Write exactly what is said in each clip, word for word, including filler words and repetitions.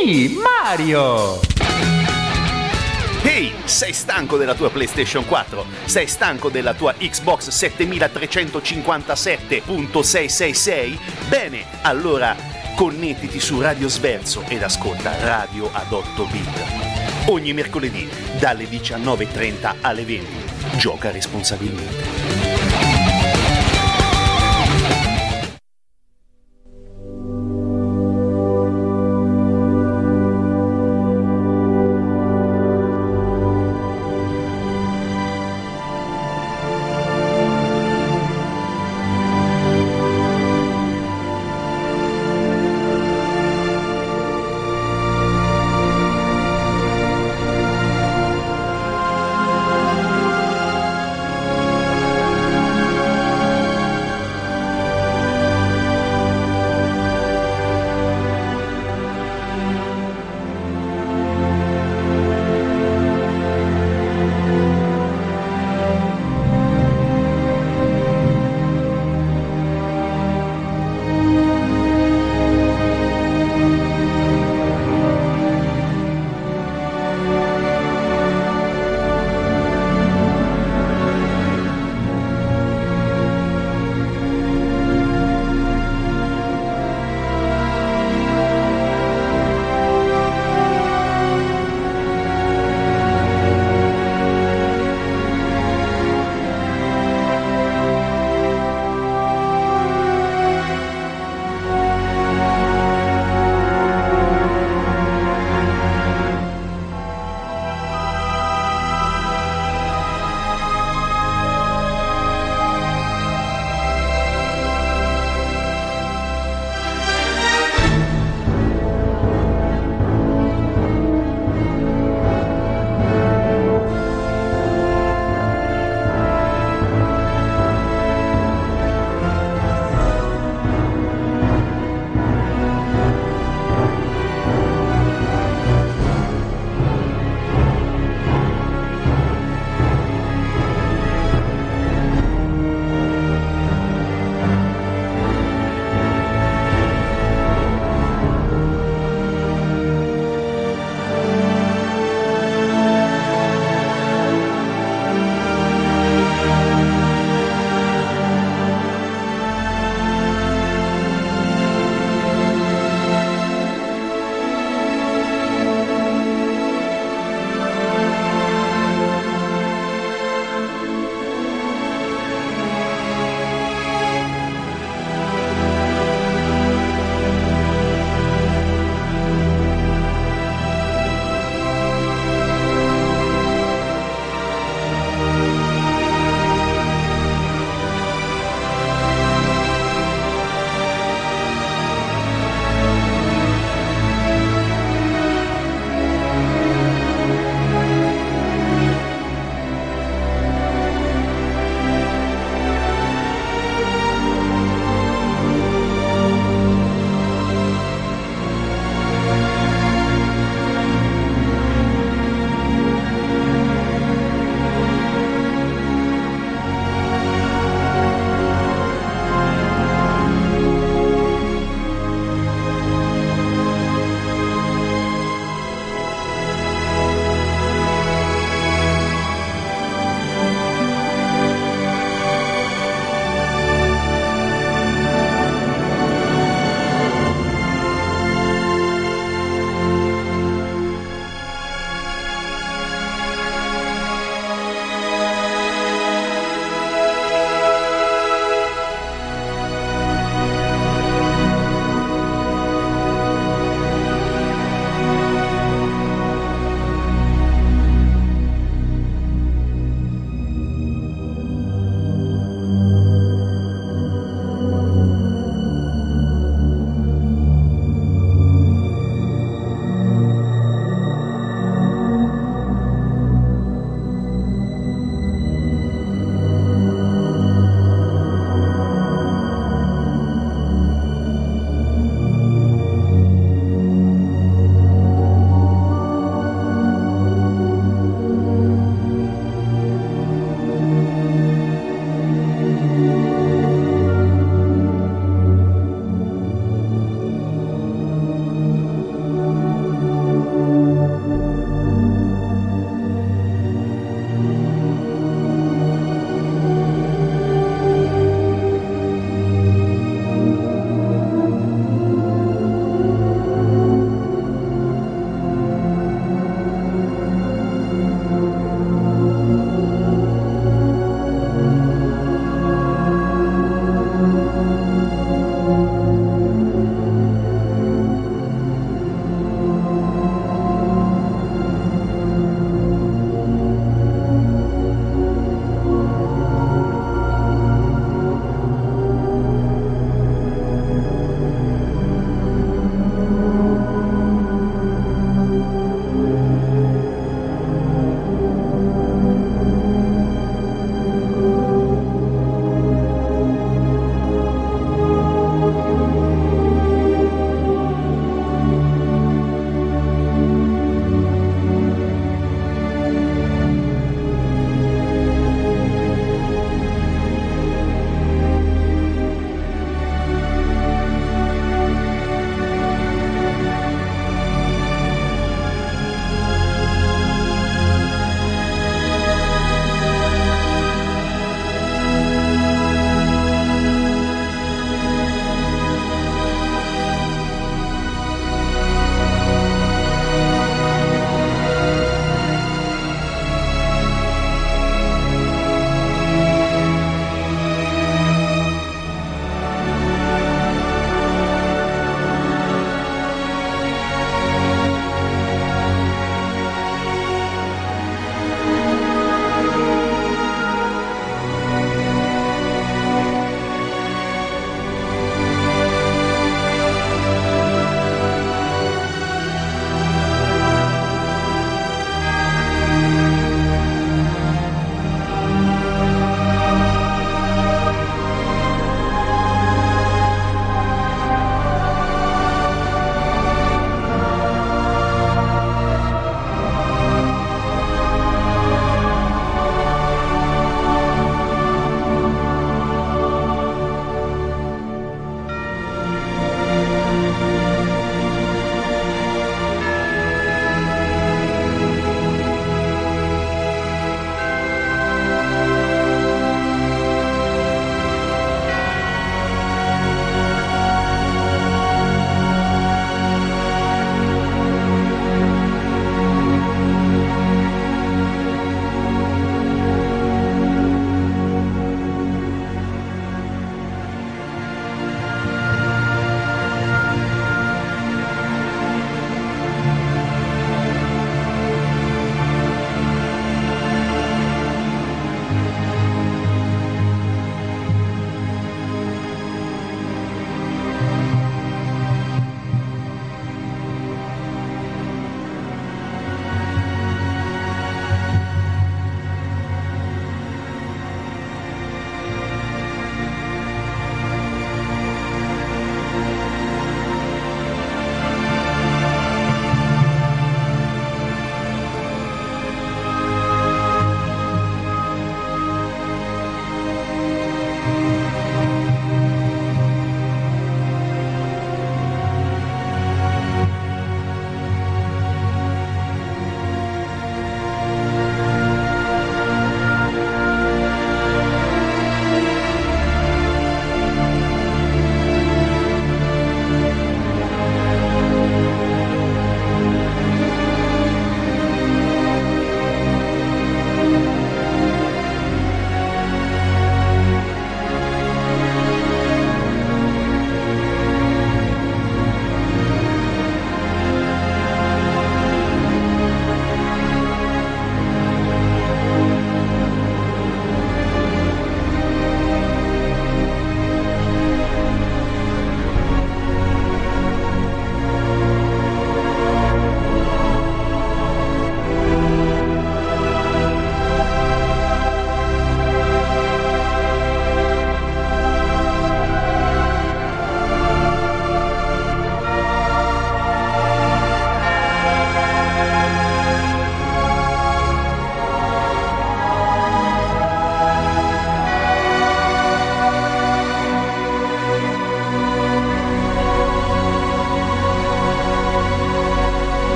Sì, Mario! Ehi, sei stanco della tua PlayStation quattro? Sei stanco della tua Xbox setemilatrecentocinquantasette punto seicentosessantasei? Bene, allora connettiti su Radio Sverso ed ascolta Radio ad otto bit. Ogni mercoledì dalle diciannove e trenta alle venti. Gioca responsabilmente.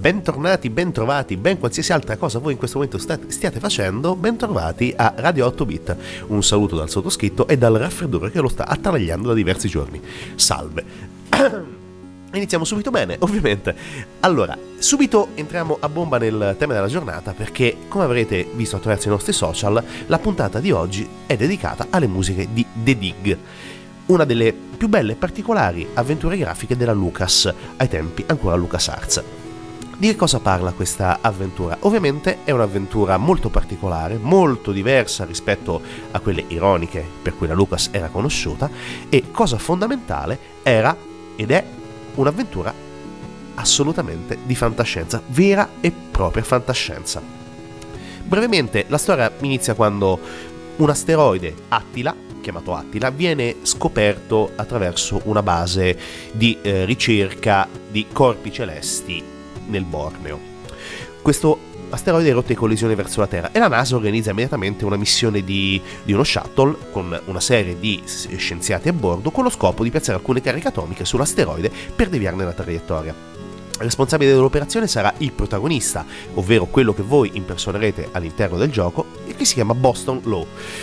bentornati, bentrovati, ben qualsiasi altra cosa voi in questo momento state, stiate facendo, bentrovati a Radio otto bit. Un saluto dal sottoscritto e dal raffreddore che lo sta attanagliando da diversi giorni. Salve. Iniziamo subito bene, ovviamente. Allora, subito entriamo a bomba nel tema della giornata perché, come avrete visto attraverso i nostri social, la puntata di oggi è dedicata alle musiche di The Dig, una delle più belle e particolari avventure grafiche della Lucas, ai tempi ancora LucasArts. Di che cosa parla questa avventura? Ovviamente è un'avventura molto particolare, molto diversa rispetto a quelle ironiche per cui la Lucas era conosciuta, e cosa fondamentale, era ed è un'avventura assolutamente di fantascienza, vera e propria fantascienza. Brevemente, la storia inizia quando un asteroide, Attila, chiamato Attila, viene scoperto attraverso una base di eh, ricerca di corpi celesti nel Borneo. Questo asteroide rotte collisione verso la Terra e la NASA organizza immediatamente una missione di, di uno shuttle con una serie di scienziati a bordo con lo scopo di piazzare alcune cariche atomiche sull'asteroide per deviarne la traiettoria. Il responsabile dell'operazione sarà il protagonista, ovvero quello che voi impersonerete all'interno del gioco e che si chiama Boston Law.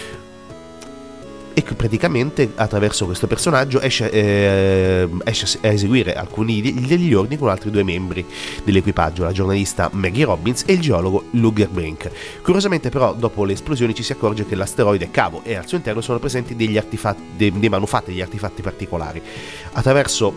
E che praticamente attraverso questo personaggio esce, eh, esce a eseguire alcuni degli ordini con altri due membri dell'equipaggio, la giornalista Maggie Robbins e il geologo Luger Brink. Curiosamente però dopo le esplosioni ci si accorge che l'asteroide è cavo e al suo interno sono presenti degli artefatti, dei, dei manufatti, degli artefatti particolari. Attraverso,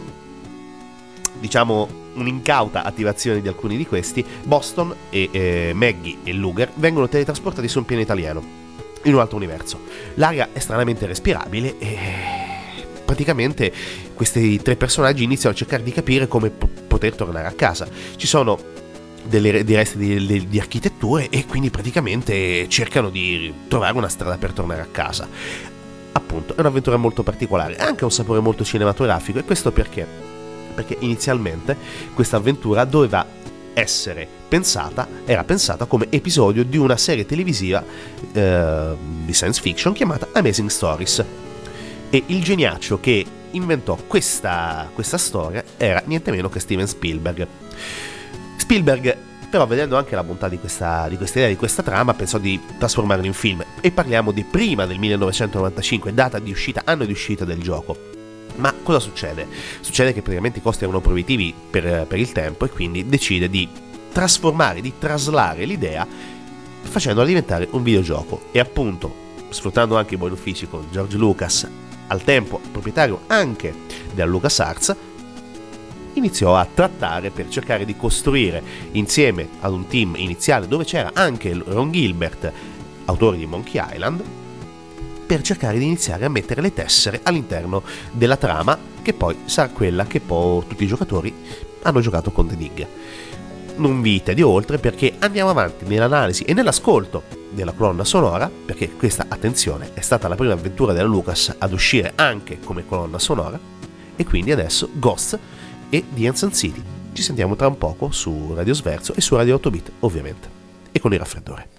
diciamo, un'incauta attivazione di alcuni di questi, Boston e eh, Maggie e Luger vengono teletrasportati su un pianeta alieno, in un altro universo. L'aria è stranamente respirabile e praticamente questi tre personaggi iniziano a cercare di capire come p- poter tornare a casa. Ci sono delle, dei resti di, di, di architetture e quindi praticamente cercano di trovare una strada per tornare a casa. Appunto, è un'avventura molto particolare, ha anche un sapore molto cinematografico, e questo perché? Perché inizialmente questa avventura doveva essere pensata, era pensata come episodio di una serie televisiva eh, di science fiction chiamata Amazing Stories, e il geniaccio che inventò questa, questa storia era niente meno che Steven Spielberg. Spielberg però, vedendo anche la bontà di questa, di questa idea, di questa trama, pensò di trasformarlo in film, e parliamo di prima del millenovecentonovantacinque, data di uscita, anno di uscita del gioco. Ma cosa succede? Succede che praticamente i costi erano proibitivi per, per il tempo, e quindi decide di trasformare, di traslare l'idea facendola diventare un videogioco. E appunto, sfruttando anche i buoni uffici con George Lucas, al tempo proprietario anche della LucasArts, iniziò a trattare per cercare di costruire, insieme ad un team iniziale dove c'era anche Ron Gilbert, autore di Monkey Island, per cercare di iniziare a mettere le tessere all'interno della trama, che poi sarà quella che poi tutti i giocatori hanno giocato con The Dig. Non vi tedio oltre, perché andiamo avanti nell'analisi e nell'ascolto della colonna sonora, perché questa, attenzione, è stata la prima avventura della Lucas ad uscire anche come colonna sonora, e quindi adesso Ghost e The Ancient City. Ci sentiamo tra un poco su Radio Sverso e su Radio otto bit, ovviamente, e con il raffreddore.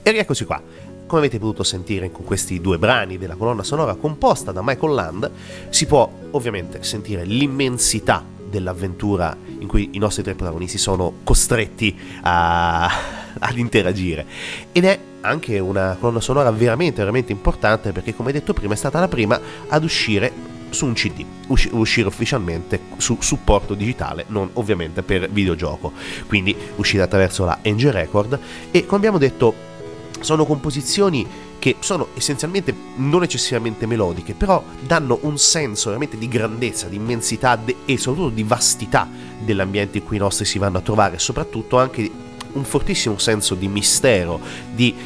E rieccoci qua. Come avete potuto sentire con questi due brani della colonna sonora composta da Michael Land, si può ovviamente sentire l'immensità dell'avventura in cui i nostri tre protagonisti sono costretti a, ad interagire. Ed è anche una colonna sonora veramente, veramente importante, perché, come detto prima, è stata la prima ad uscire su un C D, usci- uscire ufficialmente su supporto digitale, non ovviamente per videogioco, quindi uscita attraverso la N G Record. E come abbiamo detto, sono composizioni che sono essenzialmente non eccessivamente melodiche, però danno un senso veramente di grandezza, di immensità de- e soprattutto di vastità dell'ambiente in cui i nostri si vanno a trovare, soprattutto anche un fortissimo senso di mistero, di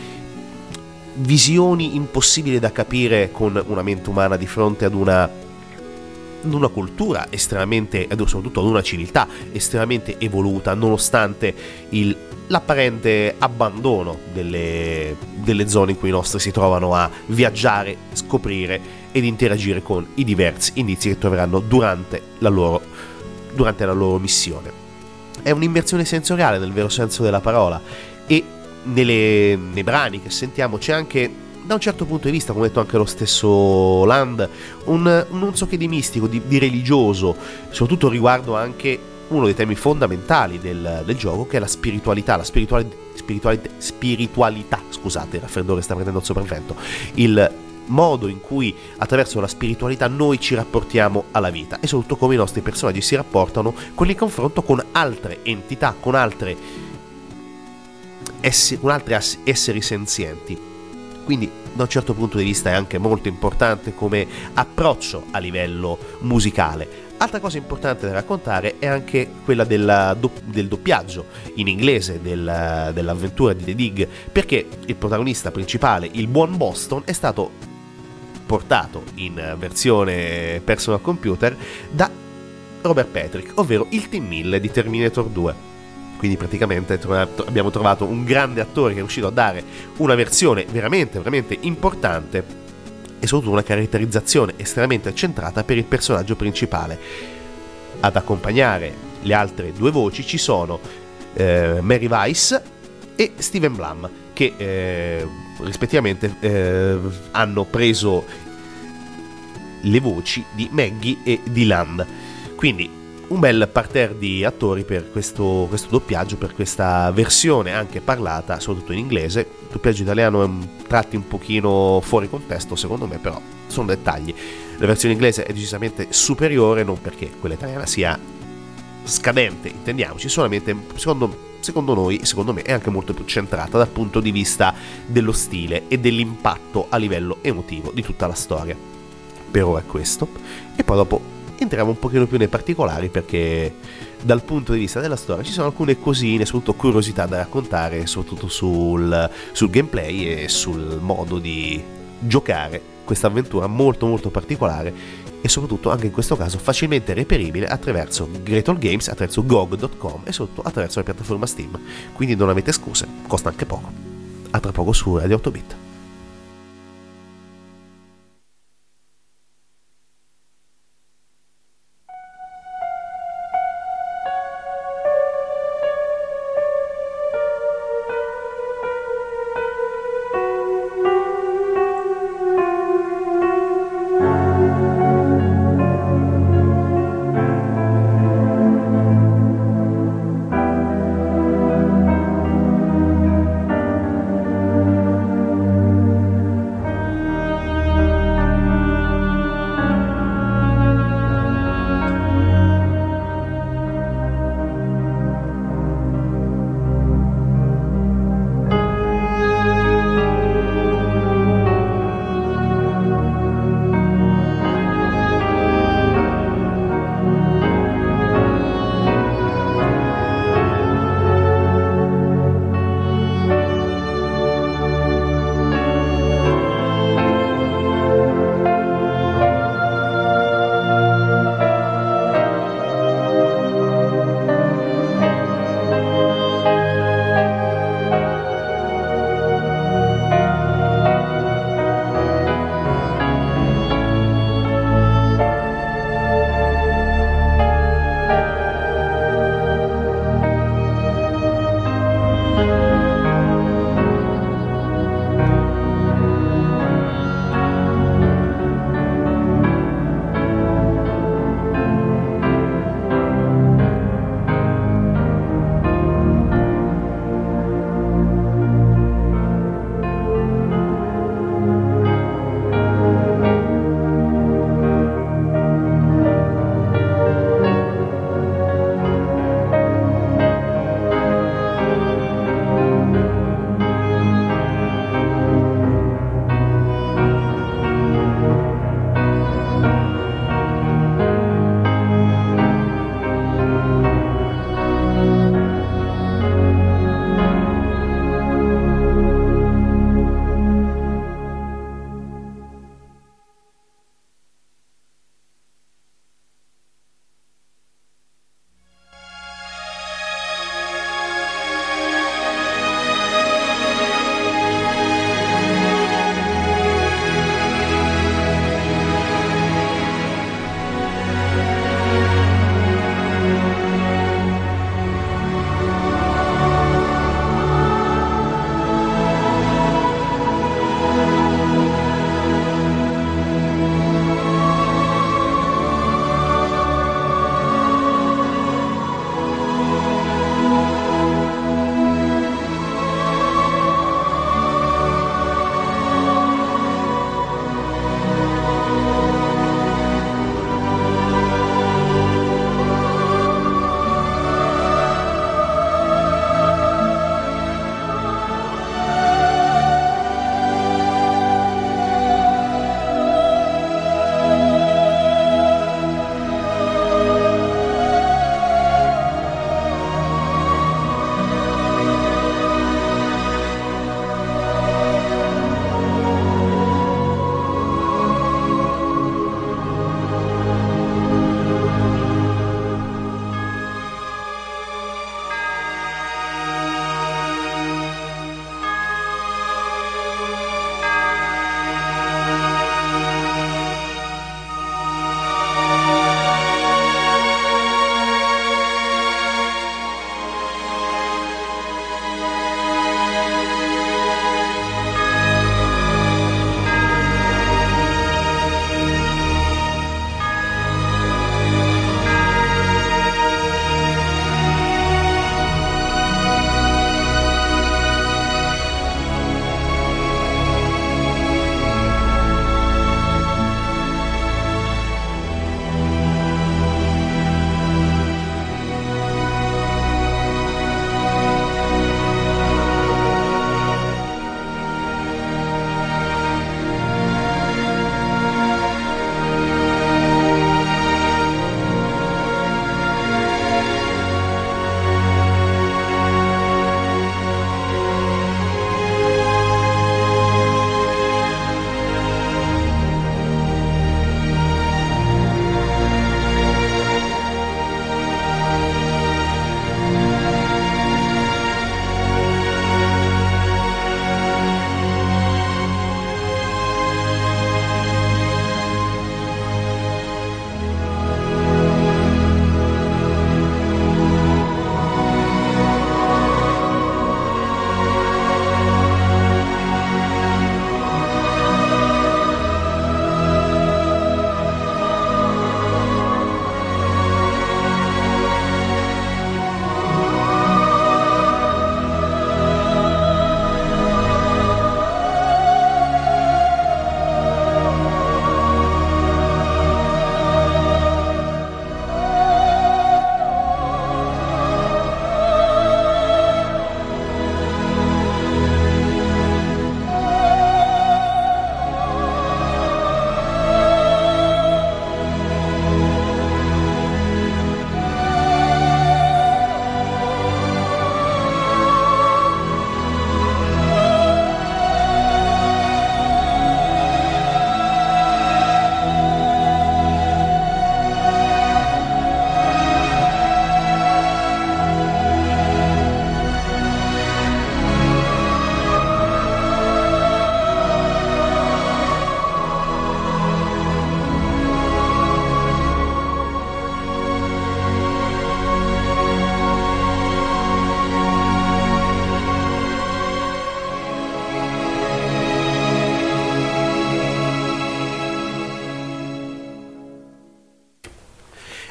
visioni impossibili da capire con una mente umana di fronte ad una, ad una cultura estremamente, e soprattutto ad una civiltà estremamente evoluta, nonostante il l'apparente abbandono delle, delle zone in cui i nostri si trovano a viaggiare, scoprire ed interagire con i diversi indizi che troveranno durante la loro, durante la loro missione. È un'immersione sensoriale nel vero senso della parola, e nelle, nei brani che sentiamo c'è anche, da un certo punto di vista, come ha detto anche lo stesso Land, un, un non so che di mistico, di, di religioso, soprattutto riguardo anche uno dei temi fondamentali del, del gioco, che è la spiritualità, la spirituali, spiritualità, spiritualità, scusate, il raffreddore sta prendendo il sopravvento, il modo in cui attraverso la spiritualità noi ci rapportiamo alla vita, e soprattutto come i nostri personaggi si rapportano con il confronto con altre entità, con altre esseri, con altri esseri senzienti. Quindi da un certo punto di vista è anche molto importante come approccio a livello musicale. Altra cosa importante da raccontare è anche quella della, del doppiaggio in inglese del, dell'avventura di The Dig, perché il protagonista principale, il buon Boston, è stato portato in versione personal computer da Robert Patrick, ovvero il Tim Mille di Terminator due. Quindi praticamente abbiamo trovato un grande attore che è riuscito a dare una versione veramente, veramente importante e soprattutto una caratterizzazione estremamente centrata per il personaggio principale. Ad accompagnare le altre due voci ci sono eh, Mary Weiss e Steven Blum, che eh, rispettivamente eh, hanno preso le voci di Maggie e di Land. Quindi un bel parterre di attori per questo, questo doppiaggio, per questa versione anche parlata, soprattutto in inglese. Il doppiaggio italiano è un, tratti un pochino fuori contesto secondo me, però sono dettagli. La versione inglese è decisamente superiore, non perché quella italiana sia scadente, intendiamoci, solamente secondo, secondo noi, secondo me, è anche molto più centrata dal punto di vista dello stile e dell'impatto a livello emotivo di tutta la storia. Per ora è questo, e poi dopo entriamo un pochino più nei particolari, perché dal punto di vista della storia ci sono alcune cosine, soprattutto curiosità da raccontare, soprattutto sul, sul gameplay e sul modo di giocare questa avventura molto molto particolare, e soprattutto anche in questo caso facilmente reperibile attraverso Great All Games, attraverso G O G punto com e soprattutto attraverso la piattaforma Steam. Quindi non avete scuse, costa anche poco. A tra poco su Radio otto bit.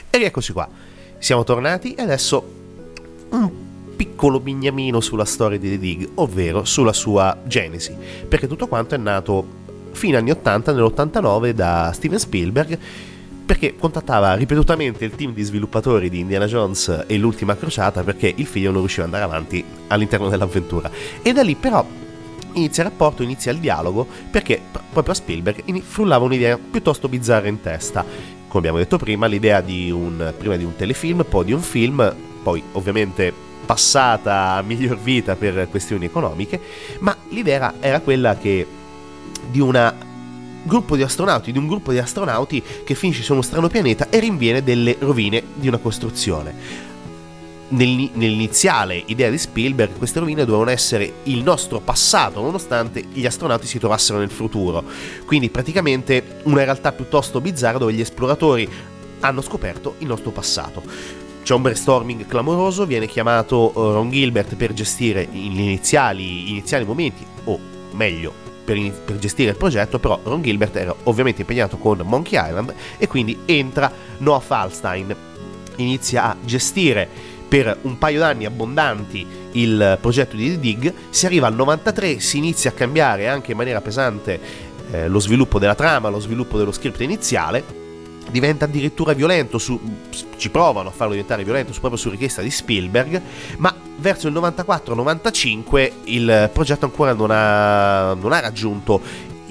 E rieccoci qua, siamo tornati e adesso un piccolo bignamino sulla storia di The Dig, ovvero sulla sua genesi, perché tutto quanto è nato fine anni ottanta, nell'ottantanove, da Steven Spielberg, perché contattava ripetutamente il team di sviluppatori di Indiana Jones e l'ultima crociata perché il figlio non riusciva ad andare avanti all'interno dell'avventura. E da lì però inizia il rapporto, inizia il dialogo, perché proprio a Spielberg frullava un'idea piuttosto bizzarra in testa. Come abbiamo detto prima, l'idea di un, prima di un telefilm, poi di un film, poi ovviamente passata a miglior vita per questioni economiche, ma l'idea era quella che di una gruppo di astronauti, di un gruppo di astronauti che finisce su uno strano pianeta e rinviene delle rovine di una costruzione. Nell'iniziale idea di Spielberg, queste rovine dovevano essere il nostro passato, nonostante gli astronauti si trovassero nel futuro. Quindi praticamente una realtà piuttosto bizzarra dove gli esploratori hanno scoperto il nostro passato. C'è un brainstorming clamoroso, viene chiamato Ron Gilbert per gestire gli iniziali, iniziali momenti, o meglio, per, in, per gestire il progetto, però Ron Gilbert era ovviamente impegnato con Monkey Island e quindi entra Noah Falstein, inizia a gestire per un paio d'anni abbondanti il progetto di The Dig. Si arriva al novantatré, si inizia a cambiare anche in maniera pesante eh, lo sviluppo della trama, lo sviluppo dello script iniziale, diventa addirittura violento, su, ci provano a farlo diventare violento su, proprio su richiesta di Spielberg, ma verso il novantaquattro novantacinque il progetto ancora non ha, non ha raggiunto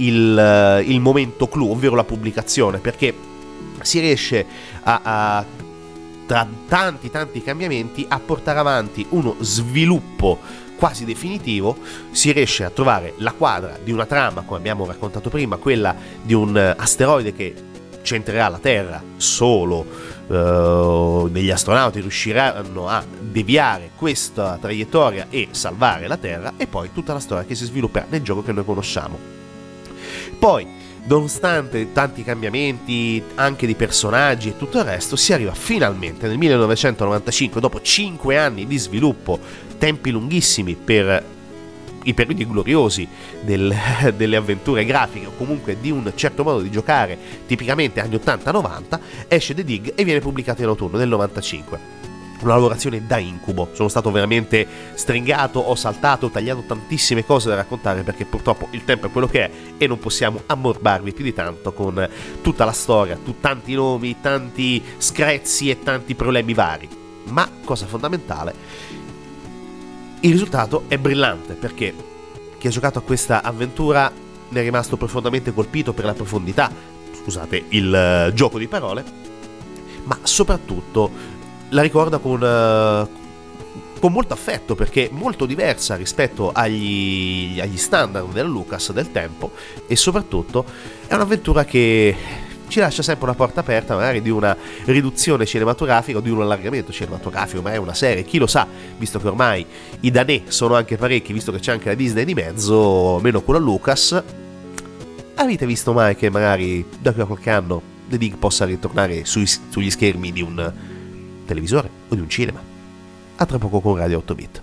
il, il momento clou, ovvero la pubblicazione, perché si riesce a, a tra tanti tanti cambiamenti a portare avanti uno sviluppo quasi definitivo. Si riesce a trovare la quadra di una trama, come abbiamo raccontato prima, quella di un asteroide che centrerà la Terra, solo uh, degli astronauti riusciranno a deviare questa traiettoria e salvare la Terra, e poi tutta la storia che si svilupperà nel gioco che noi conosciamo. Poi, nonostante tanti cambiamenti anche di personaggi e tutto il resto, si arriva finalmente nel millenovecentonovantacinque, dopo cinque anni di sviluppo, tempi lunghissimi per i periodi gloriosi del, delle avventure grafiche, o comunque di un certo modo di giocare tipicamente anni ottanta novanta, esce The Dig e viene pubblicato in autunno del novantacinque. Una lavorazione da incubo, sono stato veramente stringato, ho saltato, ho tagliato tantissime cose da raccontare perché purtroppo il tempo è quello che è e non possiamo ammorbarvi più di tanto con tutta la storia, tu, tanti nomi, tanti screzi e tanti problemi vari. Ma cosa fondamentale, il risultato è brillante, perché chi ha giocato a questa avventura ne è rimasto profondamente colpito per la profondità, scusate il uh, gioco di parole, ma soprattutto la ricorda con, uh, con molto affetto, perché è molto diversa rispetto agli, agli standard della Lucas del tempo, e soprattutto è un'avventura che ci lascia sempre una porta aperta magari di una riduzione cinematografica o di un allargamento cinematografico, magari una serie, chi lo sa, visto che ormai i danè sono anche parecchi, visto che c'è anche la Disney di mezzo, meno con la Lucas. Avete visto mai che magari da qui a qualche anno The Dig possa ritornare sui, sugli schermi di un televisore o di un cinema? A tra poco con Radio otto bit.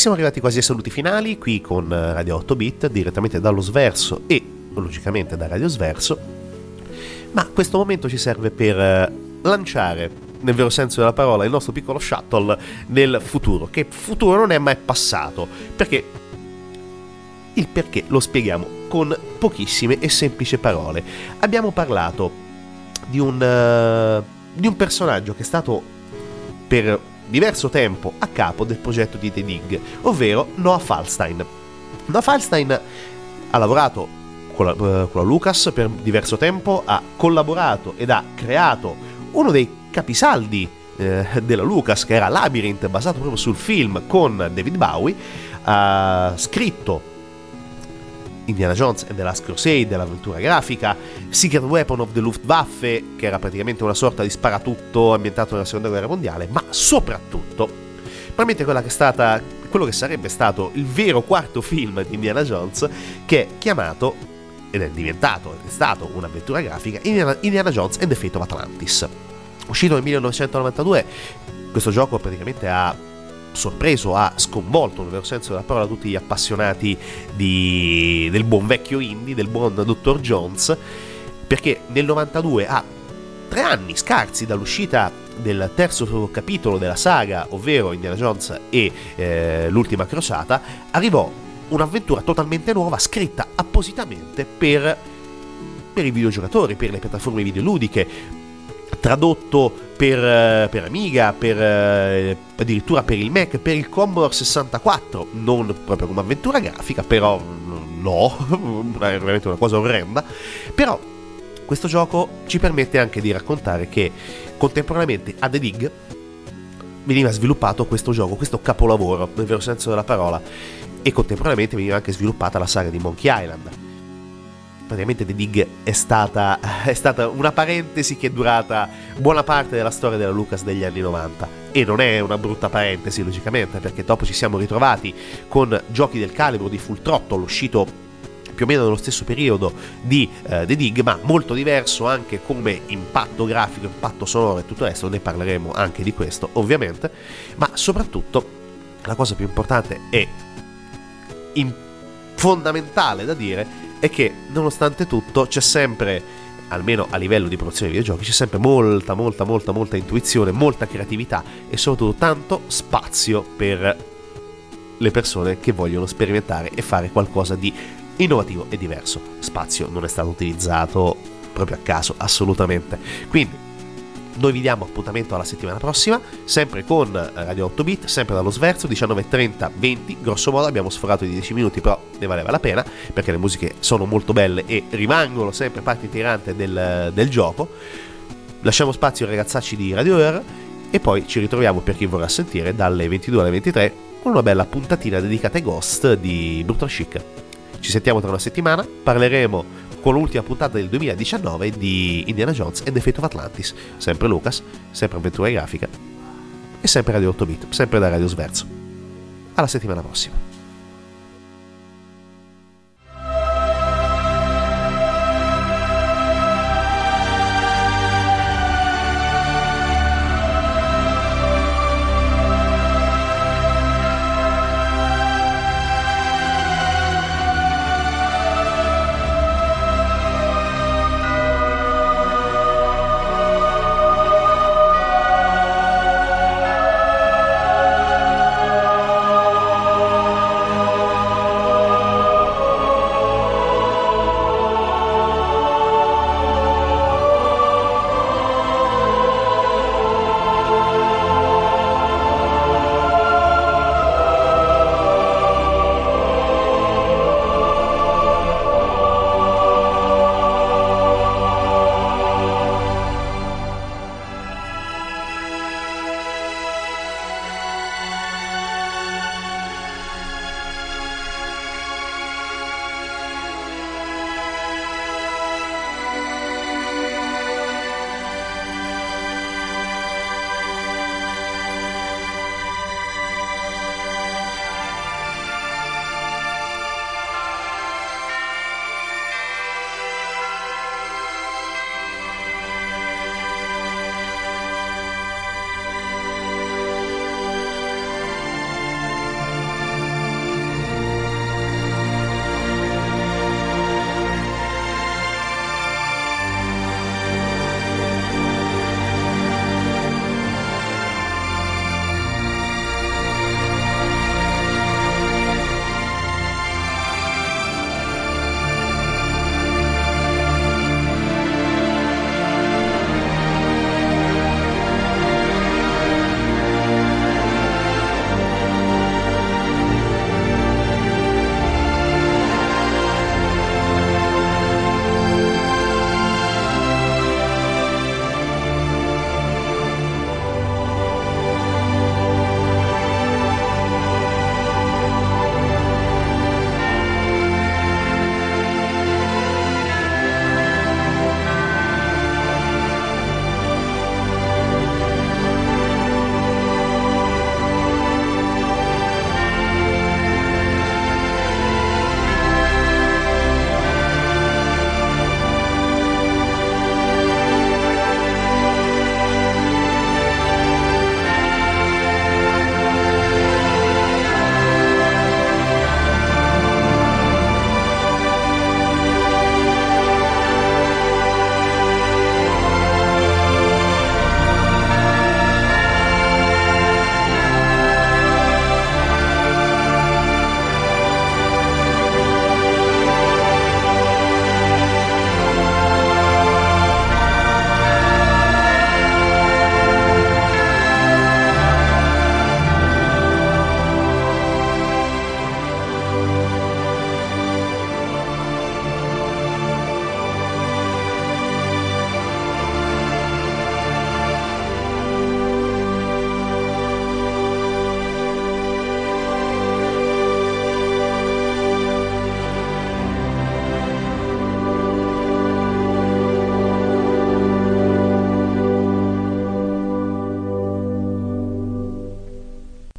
siamo arrivati quasi ai saluti finali qui con Radio otto bit, direttamente dallo Sverso e logicamente da Radio Sverso, ma questo momento ci serve per lanciare, nel vero senso della parola, il nostro piccolo shuttle nel futuro, che futuro non è mai passato, perché il perché lo spieghiamo con pochissime e semplici parole. Abbiamo parlato di un, uh, di un personaggio che è stato per diverso tempo a capo del progetto di The Dig, ovvero Noah Falstein. Noah Falstein ha lavorato con la, uh, con la Lucas per diverso tempo, ha collaborato ed ha creato uno dei capisaldi eh, della Lucas, che era Labyrinth, basato proprio sul film con David Bowie. Ha scritto Indiana Jones and the Last Crusade, dell'avventura grafica, Secret Weapon of the Luftwaffe, che era praticamente una sorta di sparatutto ambientato nella seconda guerra mondiale, ma soprattutto probabilmente quella che è stata, quello che sarebbe stato il vero quarto film di Indiana Jones, che è chiamato, ed è diventato, è stato un'avventura grafica, Indiana, Indiana Jones and the Fate of Atlantis. Uscito nel millenovecentonovantadue, questo gioco praticamente ha sorpreso, ha sconvolto nel vero senso della parola tutti gli appassionati di, del buon vecchio indie, del buon dottor Jones, perché nel novantadue, a tre anni scarsi dall'uscita del terzo capitolo della saga, ovvero Indiana Jones e eh, l'ultima crociata, arrivò un'avventura totalmente nuova, scritta appositamente per, per i videogiocatori, per le piattaforme videoludiche, tradotto per, per Amiga, per, eh, addirittura per il Mac, per il Commodore sessantaquattro, non proprio come avventura grafica, però no, è veramente una cosa orrenda. Però questo gioco ci permette anche di raccontare che contemporaneamente a The Dig veniva sviluppato questo gioco, questo capolavoro nel vero senso della parola, e contemporaneamente veniva anche sviluppata la saga di Monkey Island. Praticamente The Dig è stata, è stata una parentesi che è durata buona parte della storia della Lucas degli anni novanta, e non è una brutta parentesi logicamente, perché dopo ci siamo ritrovati con giochi del calibro di Full Throttle, uscito più o meno nello stesso periodo di uh, The Dig, ma molto diverso anche come impatto grafico, impatto sonoro e tutto il resto. Ne parleremo anche di questo ovviamente, ma soprattutto la cosa più importante e in- fondamentale da dire è che nonostante tutto c'è sempre, almeno a livello di produzione di videogiochi, c'è sempre molta molta molta molta intuizione, molta creatività e soprattutto tanto spazio per le persone che vogliono sperimentare e fare qualcosa di innovativo e diverso. Spazio non è stato utilizzato proprio a caso, assolutamente. Quindi noi vi diamo appuntamento alla settimana prossima, sempre con Radio otto bit, sempre dallo Sverso, diciannove e trenta, venti, grosso modo. Abbiamo sforato i dieci minuti, però ne valeva la pena, perché le musiche sono molto belle e rimangono sempre parte integrante del, del gioco. Lasciamo spazio ai ragazzacci di Radio Air e poi ci ritroviamo, per chi vorrà sentire, dalle ventidue alle ventitré con una bella puntatina dedicata ai Ghost di Brutal Chic. Ci sentiamo tra una settimana, parleremo con l'ultima puntata del duemiladiciannove di Indiana Jones and the Fate of Atlantis, sempre Lucas, sempre avventura grafica e sempre Radio otto bit, sempre da Radio Sverso. Alla settimana prossima.